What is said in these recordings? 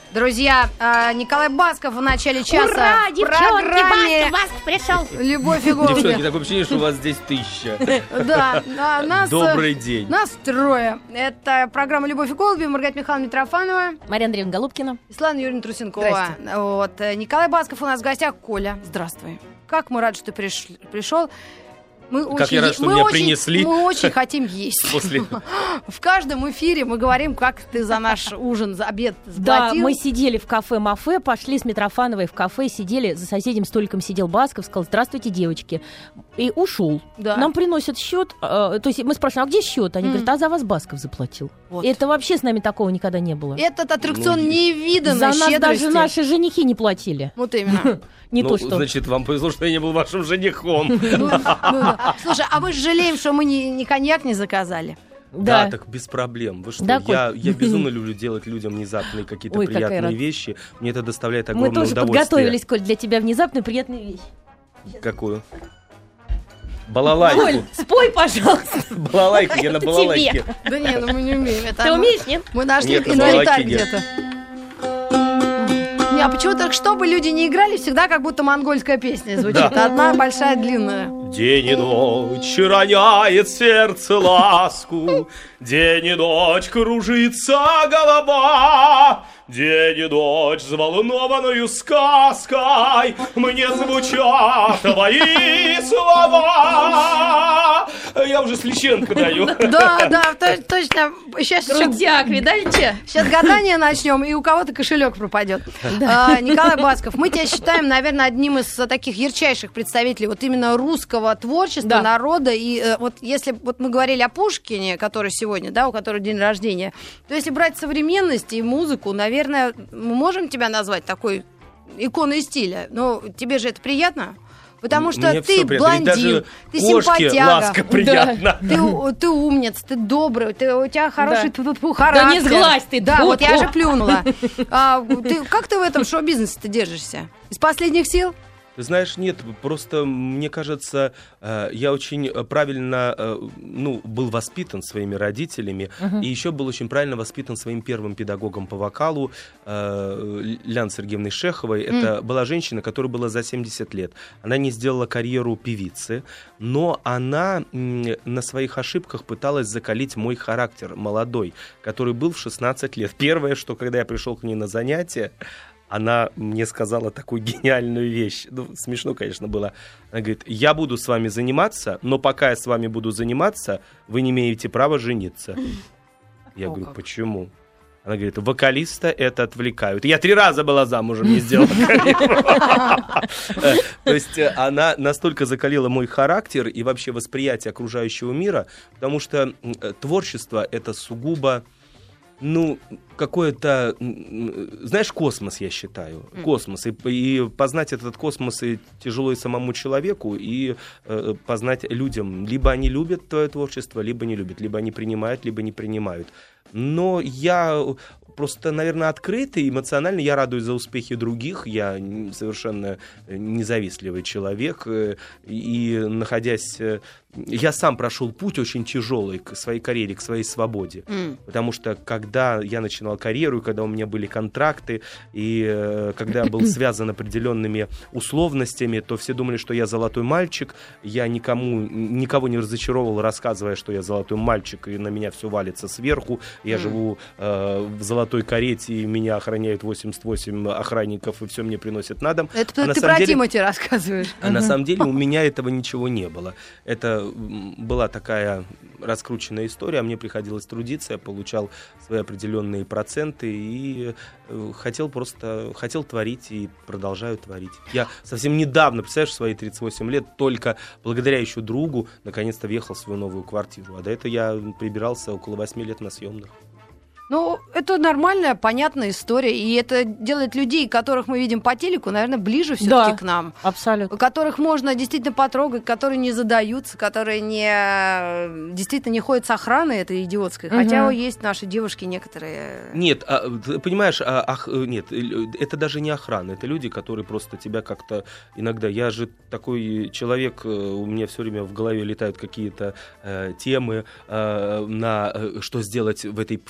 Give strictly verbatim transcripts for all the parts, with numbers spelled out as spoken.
Друзья, Николай Басков в начале часа. Ура, девчонки, программе... Басков, Басков пришел. Любовь и голуби. Девчонки, такое ощущение, что у вас здесь тысяча. Да, нас... Добрый день. Нас трое. Это программа «Любовь и голуби». Маргарита Михайловна Митрофанова. Мария Андреевна Голубкина. Светлана Юрьевна Трусенкова. Вот. Николай Басков у нас в гостях. Коля, здравствуй. Как мы рады, что ты приш... пришел. Мы как очень, я рад, что мы меня очень, принесли. Мы очень хотим есть. После... В каждом эфире мы говорим, как ты за наш ужин, за обед заплатил. Да, мы сидели в кафе «Мафе», пошли с Митрофановой в кафе, сидели, за соседним столиком сидел Басков, сказал: «Здравствуйте, девочки». И ушел. Да. Нам приносят счет, э, то есть мы спрашиваем: а где счет? Они mm. говорят: а за вас Басков заплатил. Вот. И это вообще с нами такого никогда не было. Этот аттракцион ну, невиданной за щедрости. нас даже наши женихи не платили. Вот именно. Не ну, то, что... Значит, вам повезло, что я не был вашим женихом. Слушай, а мы жалеем, что мы ни коньяк не заказали. Да. да, так без проблем. Вы что? Да, я, я безумно люблю делать людям внезапные какие-то Ой, приятные вещи. Мне это доставляет огромное удовольствие. Мы тоже удовольствие. подготовились, Коль, для тебя внезапную приятную вещь. Какую? Балалайку. Коль, спой, пожалуйста. Балалайку, я на балалайке. Да нет, ну мы не умеем. Ты умеешь, нет? Мы нашли инвентарь где-то. Не, а почему-то, чтобы люди не играли, всегда как будто монгольская песня звучит. Да. Одна большая, длинная. День и ночь роняет сердце ласку, день и ночь кружится голова, день и ночь взволнованную сказкой мне звучат твои слова. Я уже Слещенко даю. Да, да, точно. Сейчас крутяк, видите? Сейчас гадание начнем, и у кого-то кошелек пропадет. Николай Басков, мы тебя считаем, наверное, одним из таких ярчайших представителей вот именно русского творчества, да. народа. И э, вот если вот мы говорили о Пушкине, который сегодня, да, у которого день рождения, то если брать современность и музыку, наверное, мы можем тебя назвать такой иконой стиля. Но тебе же это приятно? Потому что Мне ты блондин, ты симпатяга, ласка приятно. Да. Ты, ты умниц, ты добрый, ты, у тебя хороший да. характер. Да не сглазь ты. Да, вот я же плюнула. А, ты, как ты в этом шоу-бизнесе-то держишься? Из последних сил? Ты знаешь, нет, просто, мне кажется, я очень правильно, ну, был воспитан своими родителями, uh-huh. и еще был очень правильно воспитан своим первым педагогом по вокалу, Лян Сергеевной Шеховой. Uh-huh. Это была женщина, которой было за семьдесят лет. Она не сделала карьеру певицы, но она на своих ошибках пыталась закалить мой характер молодой, который был в шестнадцать лет. Первое, что когда я пришел к ней на занятия, она мне сказала такую гениальную вещь. Ну, смешно, конечно, было. Она говорит: я буду с вами заниматься, но пока я с вами буду заниматься, вы не имеете права жениться. Я говорю: почему? Она говорит: вокалиста это отвлекают. Я три раза была замужем, не сделала карьеру. То есть она настолько закалила мой характер и вообще восприятие окружающего мира, потому что творчество это сугубо, ну, какое-то, знаешь, космос, я считаю. Mm. Космос. И, и познать этот космос и тяжело и самому человеку, и э, познать людям. Либо они любят твое творчество, либо не любят. Либо они принимают, либо не принимают. Но я просто, наверное, открытый, эмоционально. Я радуюсь за успехи других. Я совершенно независтливый человек. И находясь... Я сам прошел путь очень тяжелый к своей карьере, к своей свободе. Mm. Потому что когда я начинал карьеру, когда у меня были контракты, и э, когда я был связан определенными условностями, то все думали, что я золотой мальчик. Я никому, никого не разочаровывал, рассказывая, что я золотой мальчик, и на меня все валится сверху. Я mm. живу э, в золотой карете, и меня охраняют восемьдесят восемь охранников, и все мне приносят на дом. Это а ты про деле, Тимати рассказываешь. А на самом деле у меня этого ничего не было. Это была такая раскрученная история, мне приходилось трудиться, я получал свои определенные проценты и хотел просто, хотел творить и продолжаю творить. Я совсем недавно, представляешь, в свои тридцать восемь лет, только благодаря еще другу, наконец-то въехал в свою новую квартиру. А до этого я прибирался около восьми лет на съемных. Ну, это нормальная, понятная история, и это делает людей, которых мы видим по телеку, наверное, ближе все-таки да, к нам. Абсолютно. Которых можно действительно потрогать, которые не задаются, которые не, действительно не ходят с охраной этой идиотской, угу. хотя есть наши девушки некоторые... Нет, а, ты понимаешь, а, а, нет, это даже не охрана, это люди, которые просто тебя как-то иногда... Я же такой человек, у меня все время в голове летают какие-то э, темы э, на что сделать в, этой, в этом клипе,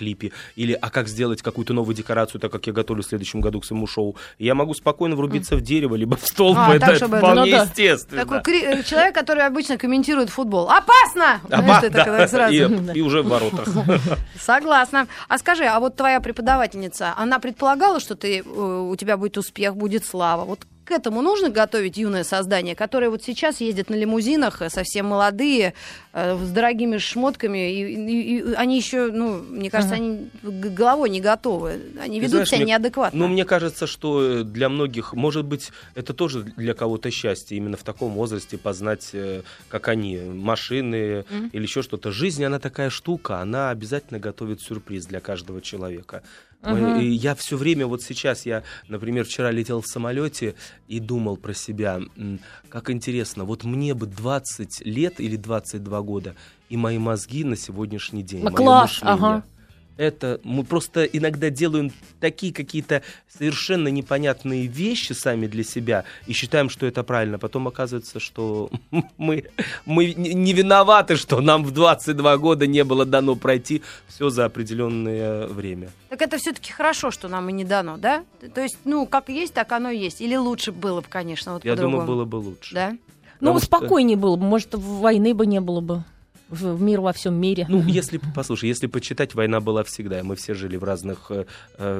клипе, или а как сделать какую-то новую декорацию, так как я готовлю в следующем году к своему шоу. И я могу спокойно врубиться mm. в дерево, либо в столб. А, это так, это вполне ну, естественно. Такой кри- человек, который обычно комментирует футбол. Опасно! Опа, Знаешь, да, это сразу... и, и уже в воротах. Согласна. А скажи, а вот твоя преподавательница, она предполагала, что ты, у тебя будет успех, будет слава? Вот к этому нужно готовить юное создание, которое вот сейчас ездит на лимузинах, совсем молодые, с дорогими шмотками, и, и, и они еще, ну, мне кажется, uh-huh. они головой не готовы, они Ты ведут знаешь, себя мне, неадекватно. Ну, мне кажется, что для многих, может быть, это тоже для кого-то счастье, именно в таком возрасте познать, как они, машины uh-huh. или еще что-то. Жизнь, она такая штука, она обязательно готовит сюрприз для каждого человека. Uh-huh. И я все время, вот сейчас я, например, вчера летел в самолете и думал про себя, как интересно, вот мне бы двадцать лет или двадцать два года, и мои мозги на сегодняшний день, а мое класс, мышление. Ага. Это мы просто иногда делаем такие какие-то совершенно непонятные вещи сами для себя и считаем, что это правильно. Потом оказывается, что мы, мы не виноваты, что нам в двадцать два года не было дано пройти все за определенное время. Так это все-таки хорошо, что нам и не дано, да? То есть, ну, как есть, так оно и есть. Или лучше было бы, конечно, вот Я по-другому. думаю, было бы лучше. Да? Ну, что... спокойнее было бы. Может, войны бы не было бы. В мир во всем мире. Ну, если, послушай, если почитать, война была всегда. Мы все жили в разных э,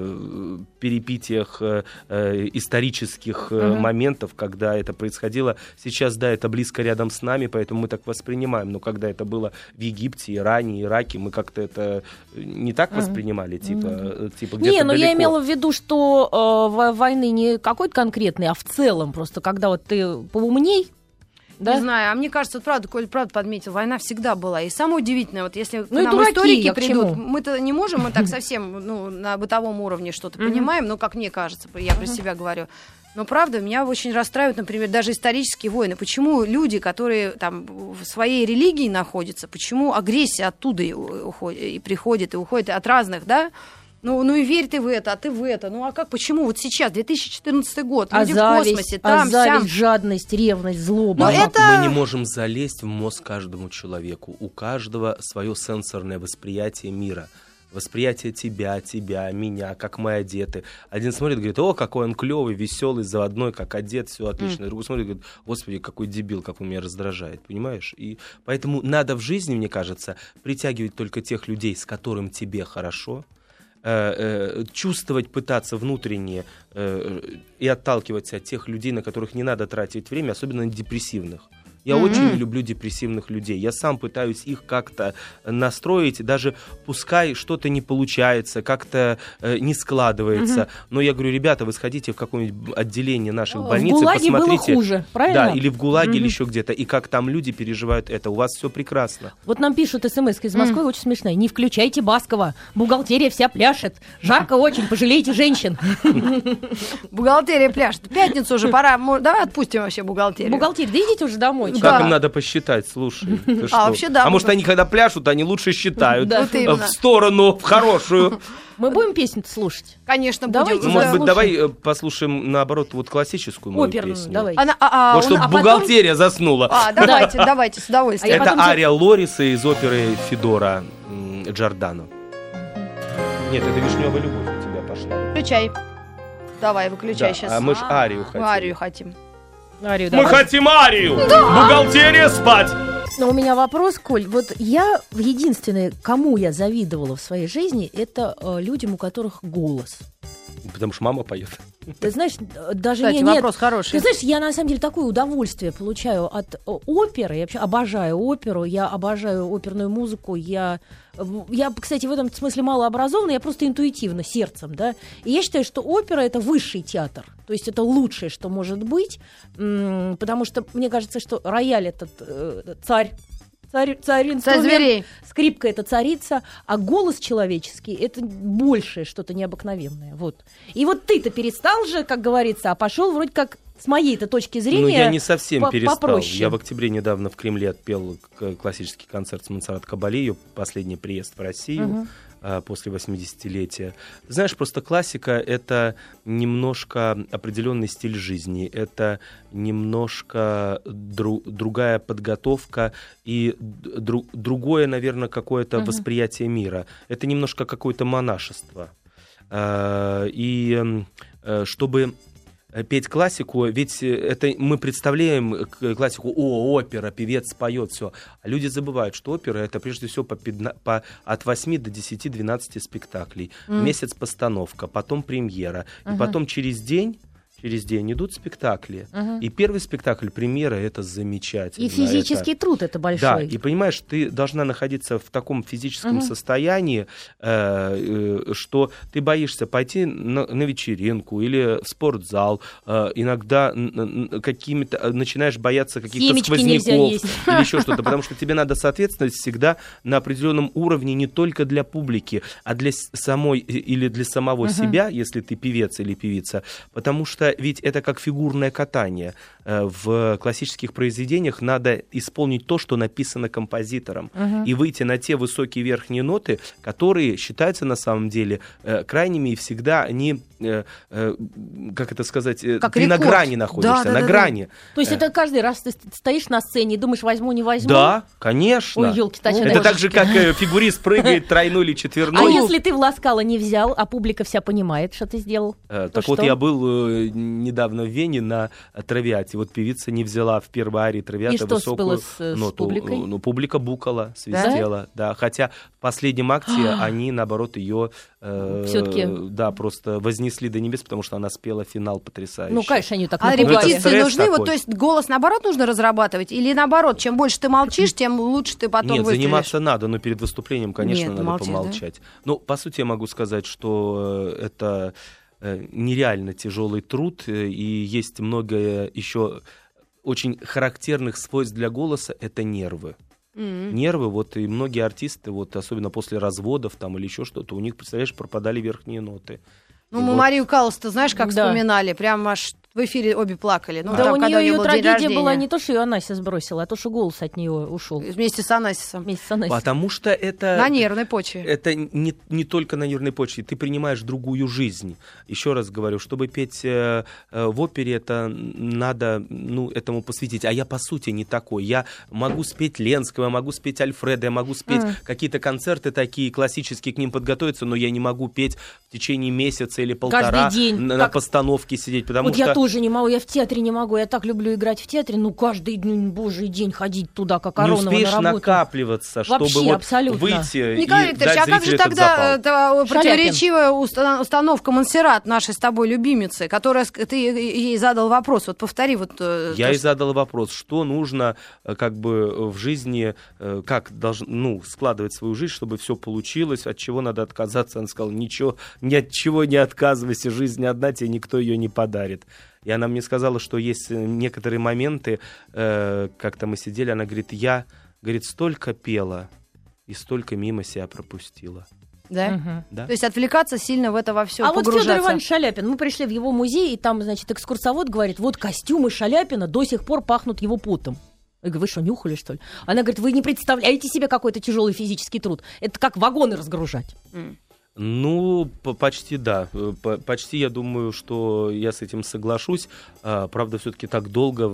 перипетиях э, исторических э, uh-huh. моментов, когда это происходило. Сейчас, да, это близко рядом с нами, поэтому мы так воспринимаем. Но когда это было в Египте, Иране, Ираке, мы как-то это не так uh-huh. воспринимали, типа, uh-huh. типа где-то Не, но далеко. Я имела в виду, что э, войны не какой-то конкретный, а в целом просто, когда вот ты поумней. Да? Не знаю, а мне кажется, вот правда, Коль правда подметил, война всегда была. И самое удивительное, вот если ну к нам дураки, историки придут, чему? мы-то не можем, мы так совсем ну, на бытовом уровне что-то понимаем, ну, как мне кажется, я про себя говорю. Но правда, меня очень расстраивают, например, даже исторические войны. Почему люди, которые там в своей религии находятся, почему агрессия оттуда и, уходит, и приходит, и уходит от разных, да? Ну, ну и верь ты в это, а ты в это. Ну а как, почему? Вот сейчас, две тысячи четырнадцатый год, а люди зависть, в космосе, там, а зависть, сям. жадность, ревность, злоба. Но это... Мы не можем залезть в мозг каждому человеку. У каждого свое сенсорное восприятие мира. Восприятие тебя, тебя, меня, как мы одеты. Один смотрит, говорит, о, какой он клевый, веселый, заводной, как одет, все отлично. Mm. Другой смотрит, говорит, господи, какой дебил, как он меня раздражает, понимаешь? И поэтому надо в жизни, мне кажется, притягивать только тех людей, с которым тебе хорошо, чувствовать, пытаться внутренне э, и отталкиваться от тех людей, на которых не надо тратить время, особенно на депрессивных. Я mm-hmm. очень не люблю депрессивных людей. Я сам пытаюсь их как-то настроить, даже пускай что-то не получается, как-то э, не складывается. Mm-hmm. Но я говорю, ребята, вы сходите в какое-нибудь отделение наших больниц и посмотрите. В ГУЛАГе было хуже, правильно? Да, или в ГУЛАГе, mm-hmm. или еще где-то. И как там люди переживают это. У вас все прекрасно. Вот нам пишут смс из Москвы, mm-hmm. очень смешная. Не включайте Баскова. Бухгалтерия вся пляшет. Жарко очень, пожалейте женщин. Бухгалтерия пляшет. Пятницу уже пора. Давай отпустим вообще бухгалтерию. Бухгалтерия, да идите уже домой. Как да. им надо посчитать, слушай. Ты а, что? вообще, да, а может, они когда пляшут, они лучше считают да. в сторону, в хорошую. Мы будем песню слушать? Конечно, давайте, будем. Может быть, давай послушаем, наоборот, вот классическую мою оперную, песню. Давайте. Она, а, а, вот, чтобы а бухгалтерия потом... заснула. А, давайте, давайте, с удовольствием. Это ария Лориса из оперы Федора Джордано. Нет, это «Вишневая любовь» у тебя пошла. Включай. Давай, выключай да, сейчас. А мы ж арию хотим. Мы арию хотим. Арию, мы хотим арию! Да. Бухгалтерия спать! Но у меня вопрос, Коль. Вот я единственное, кому я завидовала в своей жизни, это э, людям, у которых голос. Потому что мама поет. Ты знаешь, даже Кстати, не, вопрос нет. хороший. Ты знаешь, я на самом деле такое удовольствие получаю от оперы. Я вообще обожаю оперу, я обожаю оперную музыку. Я, я, кстати, в этом смысле малообразованна, я просто интуитивно, сердцем, да. И я считаю, что опера — это высший театр. То есть это лучшее, что может быть, потому что мне кажется, что рояль — это э, царь. Царь, царь, инструмент, зверей. Скрипка — это царица, а голос человеческий — это большее что-то необыкновенное. Вот. И вот ты-то перестал же, как говорится, а пошел вроде как с моей-то точки зрения. Ну, я не совсем по- перестал. попроще. Я в октябре недавно в Кремле отпел классический концерт с Монсеррат Кабале, ее последний приезд в Россию. э, после восьмидесятилетия. Знаешь, просто классика — это немножко определенный стиль жизни, это немножко дру, другая подготовка и дру, другое, наверное, какое-то uh-huh. восприятие мира. Это немножко какое-то монашество. Э, и э, чтобы петь классику, ведь это мы представляем классику, о, опера, певец поет, все. А люди забывают, что опера — это прежде всего по, по, от восьми до десяти-двенадцати спектаклей. Mm. Месяц постановка, потом премьера. Uh-huh. И потом через день Через день идут спектакли. Uh-huh. И первый спектакль, премьера, это замечательно. И физический это... труд это большой. Да, и понимаешь, ты должна находиться в таком физическом uh-huh. состоянии, э, э, что ты боишься пойти на, на вечеринку или в спортзал. Э, иногда н- какими-то начинаешь бояться каких-то Семечки сквозняков или еще что-то, потому что тебе надо соответствовать всегда на определенном уровне не только для публики, а для самой или для самого uh-huh. себя, если ты певец или певица, потому что ведь это как фигурное катание. В классических произведениях надо исполнить то, что написано композитором, uh-huh. и выйти на те высокие верхние ноты, которые считаются на самом деле крайними, и всегда они, как это сказать, как ты рекорд. На грани находишься, да, на да, грани. Да. То есть это каждый раз ты стоишь на сцене и думаешь, возьму, не возьму? Да, конечно. Ой, елки-то, это так же, как фигурист прыгает тройной или четверной. А если ты в Ласкало не взял, а публика вся понимает, что ты сделал? Так вот, я был недавно в Вене на Травиате. Вот певица не взяла в первой арии Травиата высокую с, с ноту. Публикой? Ну, публика букала, свистела. Да? Да. Хотя в последнем акте они, наоборот, ее э, все-таки да, просто вознесли до небес, потому что она спела финал потрясающе. Ну, конечно, они так А напугали. репетиции нужны? Вот, то есть голос, наоборот, нужно разрабатывать? Или наоборот, чем больше ты молчишь, тем лучше ты потом Нет, выстрелишь? заниматься надо, но перед выступлением, конечно, Нет, надо молчать, помолчать. Да? Ну, по сути, я могу сказать, что это нереально тяжелый труд, и есть много еще очень характерных свойств для голоса, это нервы. Mm-hmm. Нервы, вот и многие артисты, вот особенно после разводов там или еще что-то, у них, представляешь, пропадали верхние ноты. Ну, и мы вот... Марию Каллас-то, знаешь, как да. вспоминали, прям аж в эфире обе плакали. Ну, да, там, у когда нее у ее трагедия рождения. была не то, что ее Анася сбросила, а то, что голос от нее ушел. Вместе с Анасисом. Вместе с Анасисом. Потому что это... На нервной почве. Это не, не только на нервной почве. Ты принимаешь другую жизнь. Еще раз говорю, чтобы петь э, э, в опере, это надо ну, этому посвятить. А я, по сути, не такой. Я могу спеть Ленского, я могу спеть Альфреда, я могу спеть mm. какие-то концерты такие классические, к ним подготовиться, но я не могу петь в течение месяца или полтора на, на постановке сидеть. Потому вот что... я тоже не могу, я в театре не могу. Я так люблю играть в театре, ну каждый ну, божий день ходить туда, как Аронова на работу. Не успеешь накапливаться, чтобы вообще, вот абсолютно. выйти Николай и Викторович, дать а как же тогда это противоречивая установка Монсеррат, нашей с тобой любимицы, которая ты ей задал вопрос? Вот повтори. Вот, я ей задал вопрос, что нужно как бы в жизни, как должен, ну, складывать свою жизнь, чтобы все получилось, от чего надо отказаться. Она сказала, ничего, ни от чего не отказывайся, жизнь одна, тебе никто ее не подарит. И она мне сказала, что есть некоторые моменты, э, как-то мы сидели, она говорит, я, говорит, столько пела и столько мимо себя пропустила. Да? Угу. Да? То есть отвлекаться сильно в это во все а погружаться. Вот Федор Иванович Шаляпин, мы пришли в его музей, и там, значит, экскурсовод говорит, вот костюмы Шаляпина до сих пор пахнут его потом. Я говорю, вы что, нюхали, что ли? Она говорит, вы не представляете себе какой-то тяжелый физический труд. Это как вагоны разгружать. Mm. Ну, почти да. Почти я думаю, что я с этим соглашусь. Правда, все-таки так долго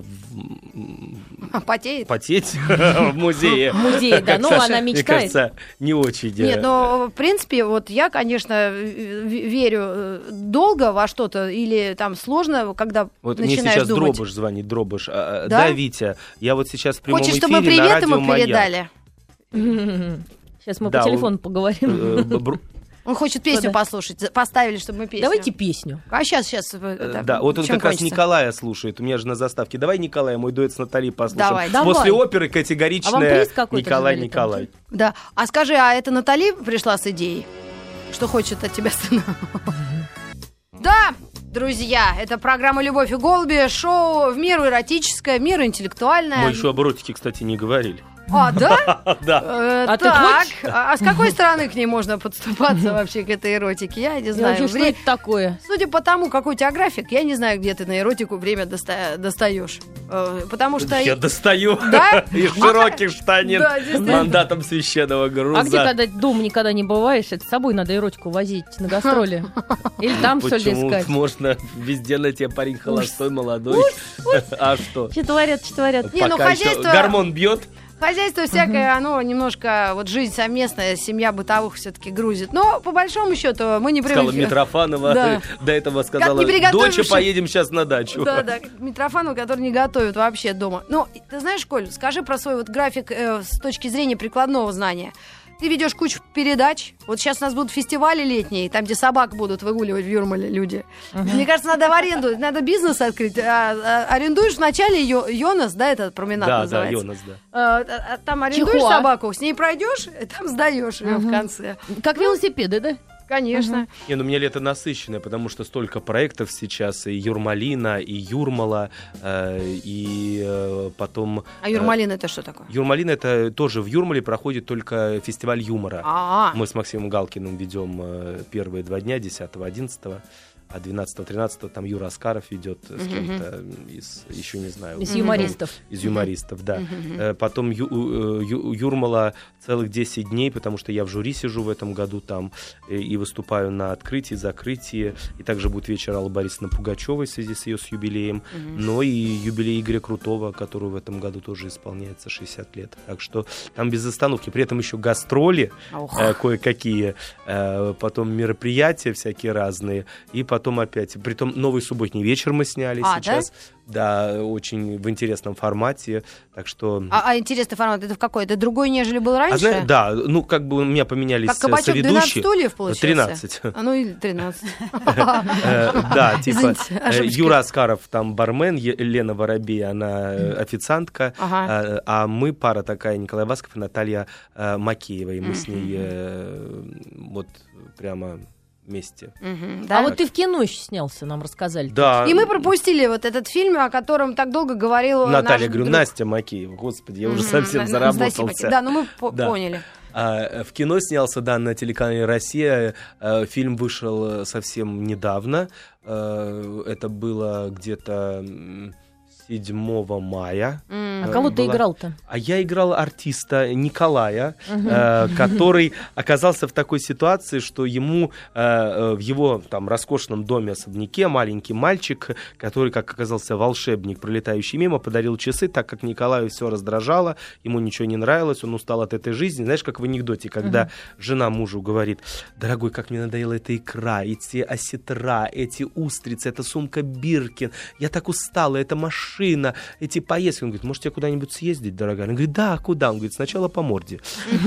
потеть, потеть в музее. В музее, да. Ну, она мечтает. Мне кажется, не очень. Нет, но в принципе, вот я, конечно, верю долго во что-то или там сложно, когда вот начинаешь думать. Мне сейчас Дробыш звонит, Дробыш. Да? Да, Витя, я вот сейчас в прямом Хочешь, эфире чтобы привет на радио ему передали? Сейчас мы по телефону поговорим. Он хочет песню да. послушать. Поставили, чтобы мы песню. Давайте песню. А сейчас, сейчас. Это, да, вот он как кончится? раз Николая слушает. У меня же на заставке. Давай, Николай, мой дуэт с Натальей послушаем. Давай, После давай. оперы категоричная а Николай, Николай. Да. А скажи, а это Натали пришла с идеей? Что хочет от тебя сына? Да, друзья, это программа «Любовь и голуби», шоу в меру эротическое, в меру интеллектуальное. Мы еще об эротике, кстати, не говорили. А, да? Да. Э, а так, а, а с какой стороны к ней можно подступаться вообще, к этой эротике? Я не знаю. Я, что это такое? Судя по тому, какой у тебя график, я не знаю, где ты на эротику время доста- достаешь. Потому что... Я достаю да? из широких штанин да, мандатом священного груза. А где, когда дома никогда не бываешь, это с собой надо эротику возить на гастроли? Или там, что ли, искать? Почему? Можно везде на тебе парень холостой, молодой. А что? Что творят, что творят? Не, ну хозяйство... Гормон бьет. Хозяйство всякое, uh-huh. оно немножко, вот жизнь совместная, семья бытовых все-таки грузит. Но, по большому счету, мы не привыкли. Сказала Митрофанова, да. до этого сказала, доча, поедем сейчас на дачу. Да, да, Митрофанова, который не готовит вообще дома. Ну, ты знаешь, Коль, скажи про свой вот график э, с точки зрения прикладного знания. Ты ведешь кучу передач. Вот сейчас у нас будут фестивали летние, там, где собак будут выгуливать в Юрмале люди. Uh-huh. Мне кажется, надо в аренду, надо бизнес открыть. А, а, арендуешь вначале Йо, Йонас, да, этот променад да, называется? Да, Йонас, да. А, а, там арендуешь Чихуа. собаку, с ней пройдешь, и там сдаешь ее uh-huh. в конце. Как велосипеды, да? Конечно. Угу. Не, ну у меня лето насыщенное, потому что столько проектов сейчас, и Юрмалина, и Юрмала, э, и э, потом... А Юрмалина э, это что такое? Юрмалина это тоже в Юрмале проходит только фестиваль юмора. А-а-а. Мы с Максимом Галкиным ведем э, первые два дня, десятого-одиннадцатого. А двенадцатого-тринадцатого там Юра Аскаров ведет с uh-huh. кем-то из, еще не знаю. Из юмористов. Из юмористов, да. Uh-huh. Потом ю, ю, Юрмала целых десять дней, потому что я в жюри сижу в этом году там и, и выступаю на открытии, закрытии. И также будет вечер Аллы Борисовны Пугачевой в связи с ее с юбилеем. Uh-huh. Но и юбилей Игоря Крутого, которого в этом году тоже исполняется шестьдесят лет. Так что там без остановки. При этом еще гастроли uh-huh. э, кое-какие. Э, потом мероприятия всякие разные. И потом Потом опять, притом новый субботний вечер мы сняли а, сейчас, да? да, очень в интересном формате, так что. А, а интересный формат это в какой? Это другой, нежели был раньше? А, знаешь, да, ну как бы у меня поменялись как Кабачок, соведущие. двенадцать стульев получился? тринадцать. А ну или тринадцать. Да, типа Юра Аскаров там бармен, Лена Воробей, она официантка, а мы пара такая, Николай Басков и Наталья Макеева, и мы с ней вот прямо вместе. Угу, да? А вот ты в кино еще снялся, нам рассказали. Да. И мы пропустили вот этот фильм, о котором так долго говорил Наталья, наш говорю, друг. Настя Макеева. Господи, я уже угу, совсем на, заработался. Да, ну мы по- да. поняли. А, в кино снялся, да, на телеканале «Россия». А, фильм вышел совсем недавно. А, это было где-то седьмого мая. Mm. А кого была... ты играл-то? А я играл артиста Николая, uh-huh. э, который оказался в такой ситуации, что ему э, в его там роскошном доме-особняке маленький мальчик, который, как оказался, волшебник, пролетающий мимо, подарил часы, так как Николаю все раздражало, ему ничего не нравилось, он устал от этой жизни. Знаешь, как в анекдоте, когда uh-huh. жена мужу говорит: дорогой, как мне надоела эта икра, эти осетра, эти устрицы, эта сумка Биркин, я так устала, эта машина, эти поездки. Он говорит: может, тебе куда-нибудь съездить, дорогая? Он говорит: да, куда? Он говорит: сначала по морде.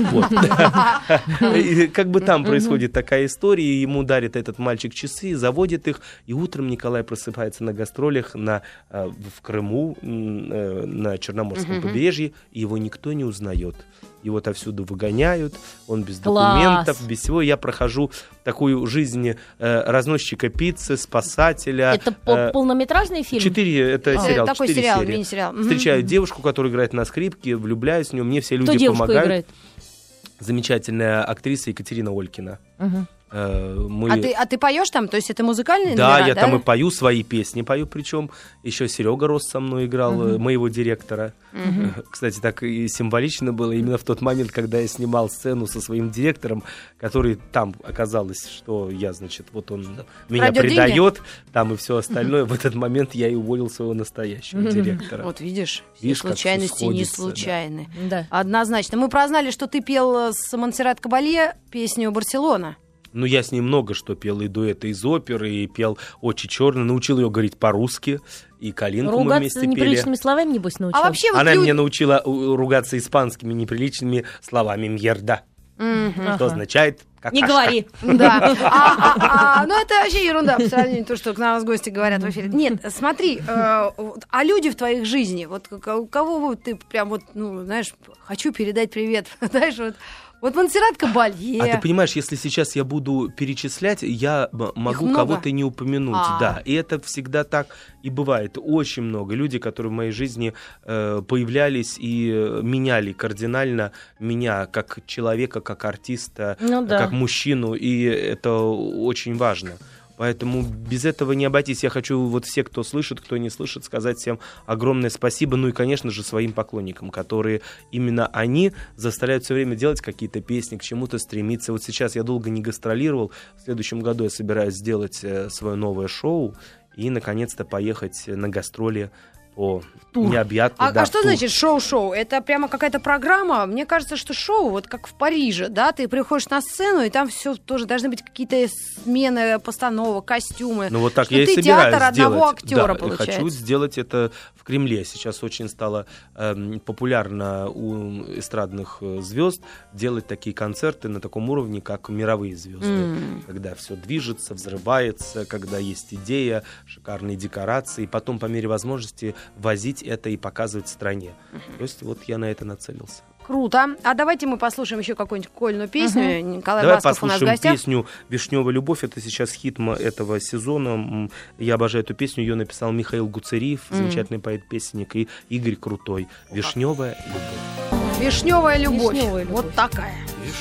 Как бы там происходит такая история, ему дарит этот мальчик часы, заводит их, и утром Николай просыпается на гастролях в Крыму, на Черноморском побережье, и его никто не узнает. Его отовсюду выгоняют, он без Класс. документов, без всего. Я прохожу такую жизнь э, разносчика пиццы, спасателя. Это э, полнометражный фильм? Четыре, это а. сериал, такой четыре сериал, серии. мини-сериал. Встречаю mm-hmm. девушку, которая играет на скрипке, влюбляюсь в нее, мне все люди Кто помогают. Играет? Замечательная актриса Екатерина Олькина. Uh-huh. Мы... А, ты, а ты поешь там? То есть это музыкальный Да, номера, я да? там и пою свои песни, пою, причем еще Серега Рос со мной играл, uh-huh. моего директора. Uh-huh. Кстати, так и символично было именно в тот момент, когда я снимал сцену со своим директором, который там оказалось, что я, значит, вот он меня Крадет предает, деньги? там и все остальное. Uh-huh. В этот момент я и уволил своего настоящего uh-huh. директора. Вот видишь, видишь случайности не случайны. Да. Однозначно. Мы прознали, что ты пел с Монсеррат Кабалье песню «Барселона». Ну, я с ней много что пел, и дуэты из оперы, и пел «Очи черные», научил ее говорить по-русски, и «Калинку» ругаться мы вместе пели. неприличными словами, небось, научил? А вообще, вот Она люди... меня научила ругаться испанскими неприличными словами «мьерда», mm-hmm. что означает «какашка». Не говори. Да. А, а, а, ну, это вообще ерунда по сравнению с тем, что к нам гости говорят в эфире. Нет, смотри, э, а люди в твоих жизни, вот у кого вот ты прям вот, ну, знаешь, хочу передать привет, знаешь, вот. Вот Монсеррат Кабалье. А ты понимаешь, если сейчас я буду перечислять, я могу кого-то не упомянуть. А-а-а. Да, и это всегда так и бывает. Очень много людей, которые в моей жизни э, появлялись и меняли кардинально меня как человека, как артиста, ну, да. как мужчину, и это очень важно. Поэтому без этого не обойтись. Я хочу вот все, кто слышит, кто не слышит, сказать всем огромное спасибо. Ну и, конечно же, своим поклонникам, которые именно они заставляют все время делать какие-то песни, к чему-то стремиться. Вот сейчас я долго не гастролировал. В следующем году я собираюсь сделать свое новое шоу и, наконец-то, поехать на гастроли по необъятной. А, да, а что значит шоу-шоу? Это прямо какая-то программа? Мне кажется, что шоу, вот как в Париже, да, ты приходишь на сцену, и там все тоже должны быть какие-то смены постановок, костюмы. Ну вот так что я ты и собираюсь театр сделать. одного актера, да, получается. Хочу сделать это в Кремле. Сейчас очень стало э, популярно у эстрадных э, звезд делать такие концерты на таком уровне, как мировые звезды. Mm. Когда все движется, взрывается, когда есть идея, шикарные декорации, и потом по мере возможности возить это и показывать в стране. Uh-huh. То есть вот я на это нацелился. Круто. А давайте мы послушаем еще какую-нибудь Кольную песню. Uh-huh. Николай Давай Басков у нас в гостях. Давай послушаем песню «Вишневая любовь». Это сейчас хит этого сезона. Я обожаю эту песню. Ее написал Михаил Гуцериев, mm. замечательный поэт-песенник, и Игорь Крутой. «Вишневая любовь». «Вишневая любовь». Вишневая любовь. Вот такая.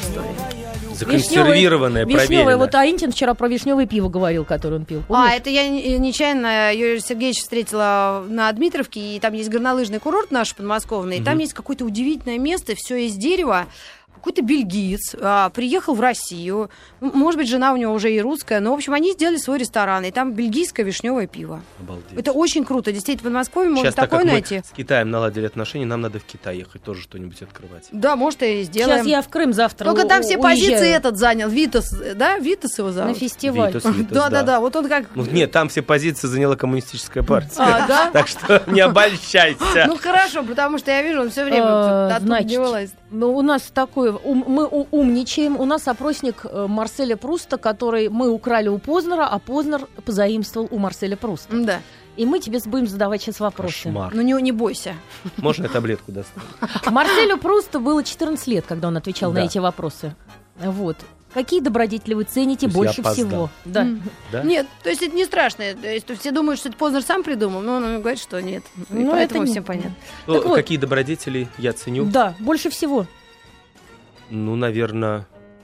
Законсервированная, проверенная. Вот Аинтин вчера про вишневое пиво говорил, которое он пил. Помнишь? А, это я нечаянно Юрия Сергеевича встретила на Дмитровке, и там есть горнолыжный курорт наш подмосковный, и угу. там есть какое-то удивительное место, все из дерева. Какой-то бельгиец а, приехал в Россию, может быть, жена у него уже и русская, но, в общем, они сделали свой ресторан, и там бельгийское вишневое пиво. Обалдеть. Это очень круто, действительно, в Подмосковье можно Сейчас, такое так как найти. Мы с Китаем наладили отношения, нам надо в Китай ехать, тоже что-нибудь открывать. Да, может, и сделаем. Сейчас я в Крым завтра Только там все уезжаю. позиции этот занял, Витас, да? Витас его зовут. На фестиваль. Витас, Витас, да, да, да, да, вот он как... Ну, нет, там все позиции заняла коммунистическая партия. А, да? Так что не обольщайся. Ну, хорошо, потому что я вижу, он все время оттуда не вылазит. У нас такой... Мы умничаем. У нас опросник Марселя Пруста, который мы украли у Познера, а Познер позаимствовал у Марселя Пруста. Да. И мы тебе будем задавать сейчас вопросы. Кошмар. Ну, не, не бойся. Можно я таблетку достану? Марселю Прусту было четырнадцать лет, когда он отвечал да. на эти вопросы. Вот. Какие добродетели вы цените больше всего? Да. Mm. Да? Нет, то есть это не страшно. То есть все думают, что это Познер сам придумал, но он говорит, что нет. И ну, поэтому это всем понятно. То, так вот, какие добродетели я ценю? Да, больше всего. Ну, наверное,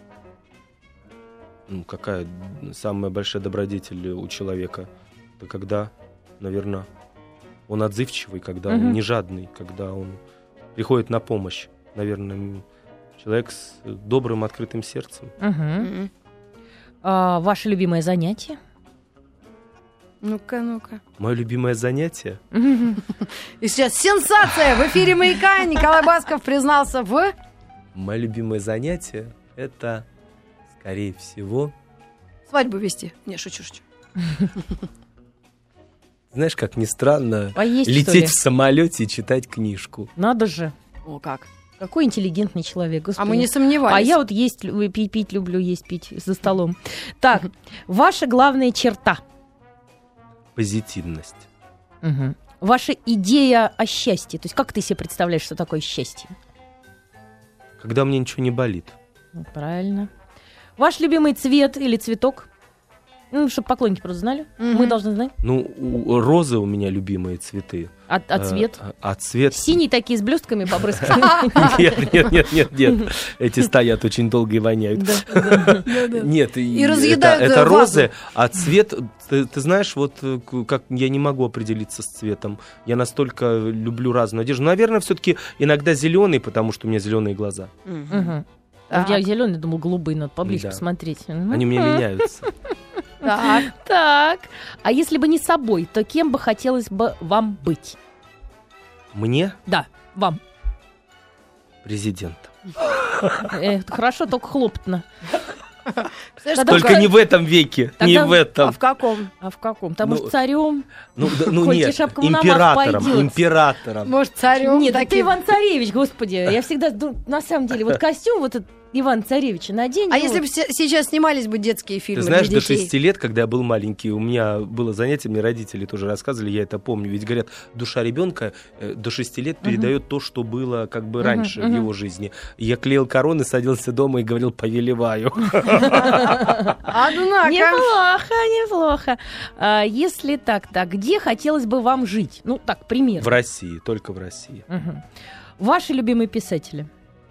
ну, какая самая большая добродетель у человека? Это когда, наверное, он отзывчивый, когда угу. он не жадный, когда он приходит на помощь. Наверное, человек с добрым, открытым сердцем. Угу. Угу. А, ваше любимое занятие? Ну-ка, ну-ка. Мое любимое занятие? И сейчас сенсация! В эфире «Маяка» Николай Басков признался в... Мое любимое занятие — это, скорее всего... Свадьбу вести. Не, шучу, шучу. Знаешь, как ни странно, Поесть, лететь в самолете и читать книжку. Надо же. О, как. Какой интеллигентный человек, господи. А мы не сомневались. А я вот есть, пить, пить люблю, есть, пить за столом. Так, ваша главная черта? Позитивность. Угу. Ваша идея о счастье. То есть как ты себе представляешь, что такое счастье? Когда мне ничего не болит. Правильно. Ваш любимый цвет или цветок? Ну, чтобы поклонники просто знали. Mm-hmm. Мы должны знать. Ну, у розы у меня любимые цветы. А, а цвет? А, а цвет... Синие такие с блестками побрызганы. Нет, нет, нет, нет, нет. Эти стоят очень долго и воняют. Нет, и разъедают это розы, а цвет... Ты знаешь, вот как я не могу определиться с цветом. Я настолько люблю разную одежду. Наверное, все-таки иногда зеленый, потому что у меня зеленые глаза. Я зеленый, думал, голубые, надо поближе посмотреть. Они у меня меняются. Так. Так. А если бы не собой, то кем бы хотелось бы вам быть? Мне? Да, вам. Президентом. Э, хорошо, только хлопотно. Только только не в этом веке, тогда, не в этом. А в каком? А в каком? Там, ну, может, царем? Ну, да, ну нет, императором, императором. Может, царем? Нет, таким... это Иван-Царевич, господи. Я всегда, на самом деле, вот костюм вот этот Иван-Царевича надень. А если бы сейчас снимались бы детские фильмы? Ты знаешь, до шести лет, когда я был маленький, у меня было занятие, мне родители тоже рассказывали, я это помню. Ведь говорят, душа ребенка до шести лет передает uh-huh. то, что было как бы раньше uh-huh. в его жизни. Я клеил короны, садился дома и говорил «повелеваю». Однако. Неплохо, неплохо. А, если так, так, где хотелось бы вам жить? Ну, так, примерно. В России, только в России. Угу. Ваши любимые писатели?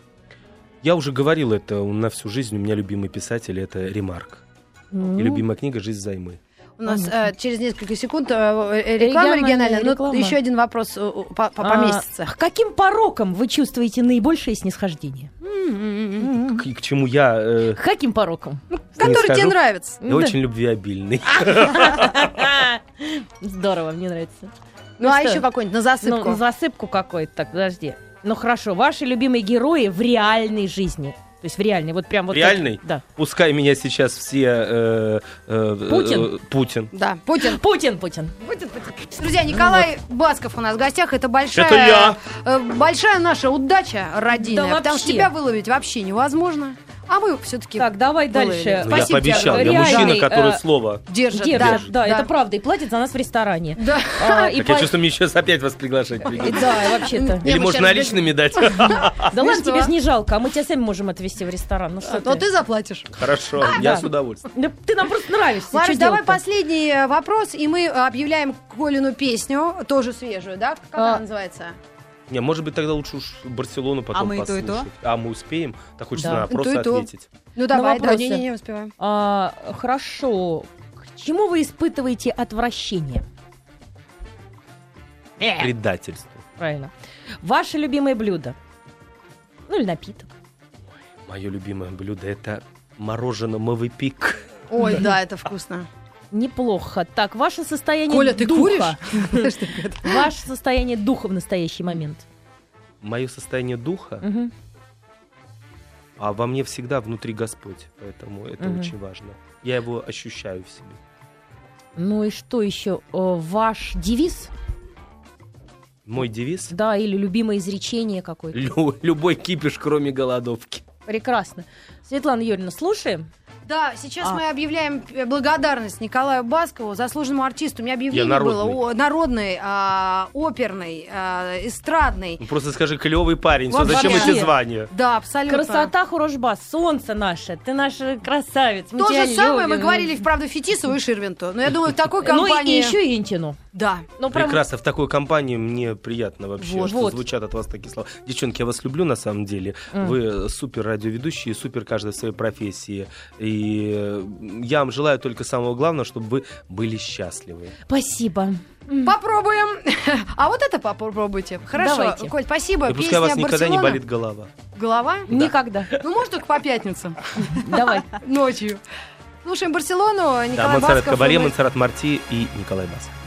Я уже говорил это на всю жизнь. У меня любимый писатель — это Ремарк. Mm. И любимая книга «Жизнь взаймы». У нас э, через несколько секунд э, реклама региональная. Но еще один вопрос э, по- по- поместится. А, к каким порокам вы чувствуете наибольшее снисхождение? К, к чему я... Э, К каким порокам? Который тебе скажу. нравится. я очень любвеобильный. Здорово, мне нравится. Ну, Ну а что? еще какой-нибудь на засыпку. Ну, на засыпку какой-то. Так, подожди. Ну хорошо, ваши любимые герои в реальной жизни. То есть в реальной, вот прям вот. Реальный? Так, да. Пускай меня сейчас все... э, э, Путин? э, Путин. Да, Путин. Путин, Путин. Путин, Путин. Друзья, Николай Басков у нас в гостях. Это большая, Это я. э, большая наша удача родийная. Да потому что вообще. тебя выловить вообще невозможно. А мы все-таки Так, давай выловили. дальше. Ну, я Спасибо тебе, пообещал. Я реальный, мужчина, который э, слово... держит. Держит, Да, да, это правда, и платит за нас в ресторане. Да. А, и Так по- я чувствую, мне сейчас опять вас приглашать придется. Да, вообще-то. Не, Или мы может сейчас наличными дать? Да ладно, что? тебе же не жалко, а мы тебя сами можем отвезти в ресторан. Ну что Но ты? ты заплатишь. Хорошо, я Да. с удовольствием. Да ты нам просто нравишься. Ларис, чё давай делать-то? последний э, вопрос, и мы объявляем Колину песню, тоже свежую, да? Как А. она называется? Не, может быть, тогда лучше уж Барселону потом А мы и то, и послушать. то? А мы успеем? Так хочется Да. на И то, просто и то. ответить. Ну давай, да, вопросы. не, не, не успеваем. А, хорошо. К чему вы испытываете отвращение? Э, Предательство. Правильно. Ваше любимое блюдо? Ну или напиток? Мое любимое блюдо — это мороженое Мовипик. Ой, да, это вкусно. Неплохо. Так, ваше состояние Коля, ты духа. куришь? Ваше состояние духа в настоящий момент. Мое состояние духа, Мгм. а во мне всегда внутри Господь, поэтому это Мгм. очень важно. Я его ощущаю в себе. Ну и что еще? О, Ваш девиз? Мой девиз Да, или любимое изречение какое-то? Лю- любой кипиш, кроме голодовки. Прекрасно. Светлана Юрьевна, слушаем? Да, сейчас А. мы объявляем э, благодарность Николаю Баскову, заслуженному артисту. У меня объявление Я было народный. о, народный, а, оперный, а, эстрадный. Ну, просто скажи, клевый парень, Вот зачем вообще. эти звания? Да, абсолютно. Красота, Хурожба, солнце наше, ты наш красавец. мы То тебя же самое мы любим. говорили, вправду, Фетисову и Ширвинту. Но я думаю, в такой Ну и- компании... и еще и Интину. Да. Ну, прям- Прекрасно, в такой компании мне приятно вообще, Вот. что Вот. звучат от вас такие слова. Девчонки, я вас люблю на самом деле. М. Вы супер радиоведущие, супер каждая в своей профессии. И э, я вам желаю только самого главного, чтобы вы были счастливы. Спасибо. Попробуем. А вот это попробуйте. Хорошо. Давайте. Коль, спасибо. И пускай Песня у вас никогда не «Барселона». болит голова. Голова? Никогда. Ну, может, только по пятницам. Давай. Ночью. Слушаем «Барселону». Да, Николай Монсеррат Басков. Кабаре, и мы- Монсеррат Марти и Николай Басков.